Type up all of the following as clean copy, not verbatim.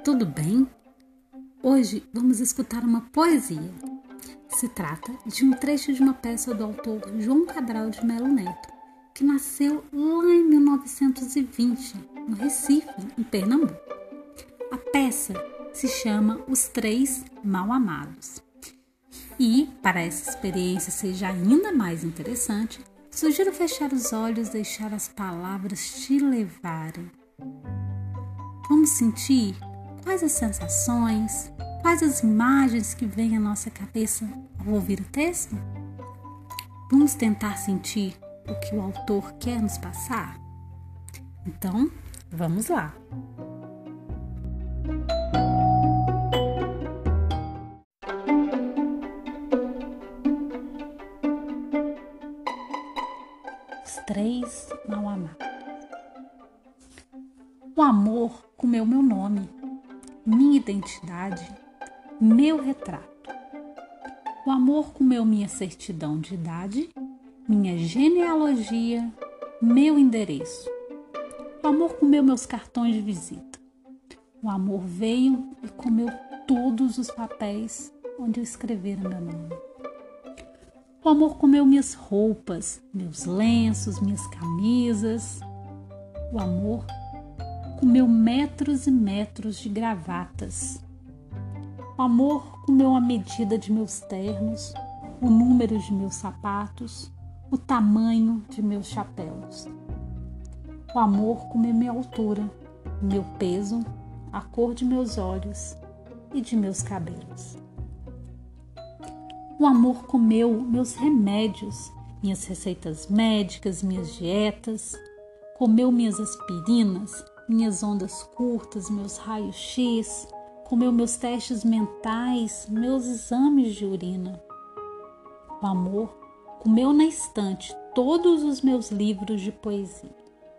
tudo bem? Hoje vamos escutar uma poesia. Se trata de um trecho de uma peça do autor João Cabral de Melo Neto, que nasceu lá em 1920, no Recife, em Pernambuco. A peça se chama Os Três Mal-Amados. E, para essa experiência seja ainda mais interessante, sugiro fechar os olhos e deixar as palavras te levarem. Vamos sentir quais as sensações, quais as imagens que vêm à nossa cabeça ao ouvir o texto? Vamos tentar sentir o que o autor quer nos passar? Então, vamos lá! Os três mal-amados. O amor comeu meu nome, minha identidade, meu retrato. O amor comeu minha certidão de idade, minha genealogia, meu endereço. O amor comeu meus cartões de visita. O amor veio e comeu todos os papéis onde eu escrevera meu nome. O amor comeu minhas roupas, meus lenços, minhas camisas. O amor comeu metros e metros de gravatas. O amor comeu a medida de meus ternos, o número de meus sapatos, o tamanho de meus chapéus. O amor comeu minha altura, meu peso, a cor de meus olhos e de meus cabelos. O amor comeu meus remédios, minhas receitas médicas, minhas dietas, comeu minhas aspirinas, minhas ondas curtas, meus raios-x, comeu meus testes mentais, meus exames de urina. O amor comeu na estante todos os meus livros de poesia.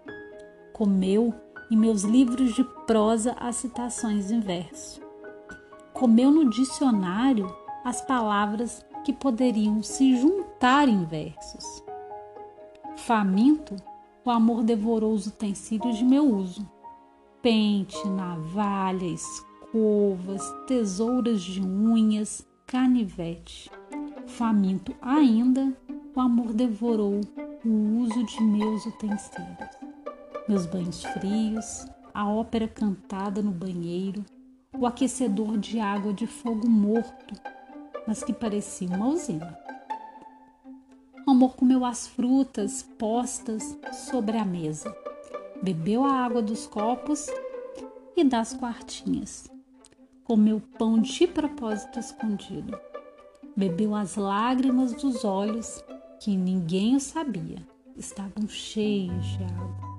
Comeu em meus livros de prosa as citações em verso. Comeu no dicionário as palavras que poderiam se juntar em versos. Faminto, o amor devorou os utensílios de meu uso. Pente, navalha, escovas, tesouras de unhas, canivete. Faminto ainda, o amor devorou o uso de meus utensílios. Meus banhos frios, a ópera cantada no banheiro, o aquecedor de água de fogo morto, mas que parecia uma usina. O amor comeu as frutas postas sobre a mesa. Bebeu a água dos copos e das quartinhas. Comeu pão de propósito escondido. Bebeu as lágrimas dos olhos, que ninguém o sabia, estavam cheios de água.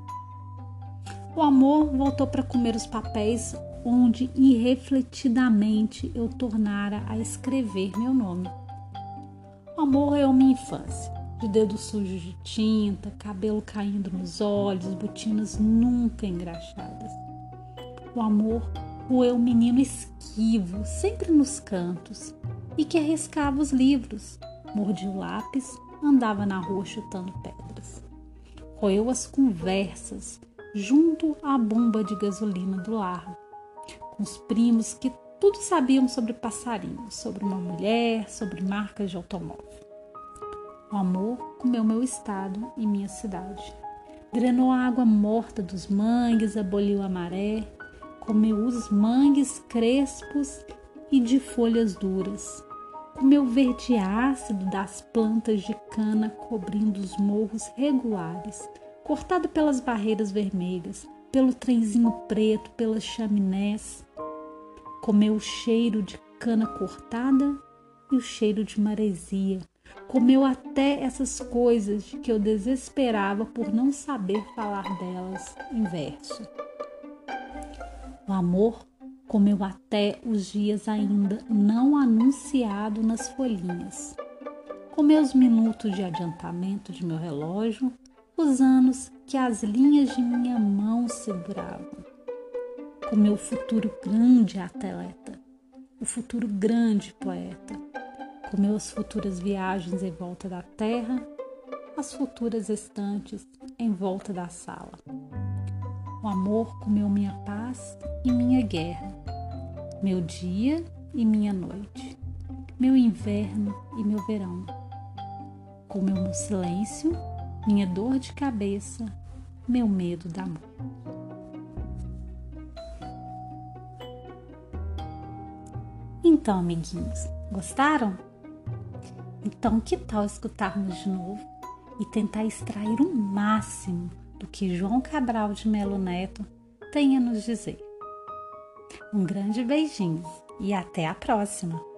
O amor voltou para comer os papéis onde irrefletidamente eu tornara a escrever meu nome. O amor roeu minha infância, de dedos sujos de tinta, cabelo caindo nos olhos, botinas nunca engraxadas. O amor roeu um menino esquivo, sempre nos cantos, e que arriscava os livros, mordia o lápis, andava na rua chutando pedras. Roeu as conversas junto à bomba de gasolina do largo, com os primos que tudo sabiam sobre passarinhos, sobre uma mulher, sobre marcas de automóvel. O amor comeu meu estado e minha cidade. Drenou a água morta dos mangues, aboliu a maré, comeu os mangues crespos e de folhas duras. Comeu o verde ácido das plantas de cana cobrindo os morros regulares, cortado pelas barreiras vermelhas, pelo trenzinho preto, pelas chaminés. Comeu o cheiro de cana cortada e o cheiro de maresia. Comeu até essas coisas de que eu desesperava por não saber falar delas em verso. O amor comeu até os dias ainda não anunciados nas folhinhas. Comeu os minutos de adiantamento de meu relógio, os anos que as linhas de minha mão seguravam. Comeu o futuro grande atleta, o futuro grande poeta. Comeu as futuras viagens em volta da terra, as futuras estantes em volta da sala. O amor comeu minha paz e minha guerra. meu dia e minha noite, meu inverno e meu verão, com meu silêncio, minha dor de cabeça, meu medo da morte. Então, amiguinhos, gostaram? Então, que tal escutarmos de novo e tentar extrair o máximo do que João Cabral de Melo Neto tem a nos dizer? Um grande beijinho e até a próxima!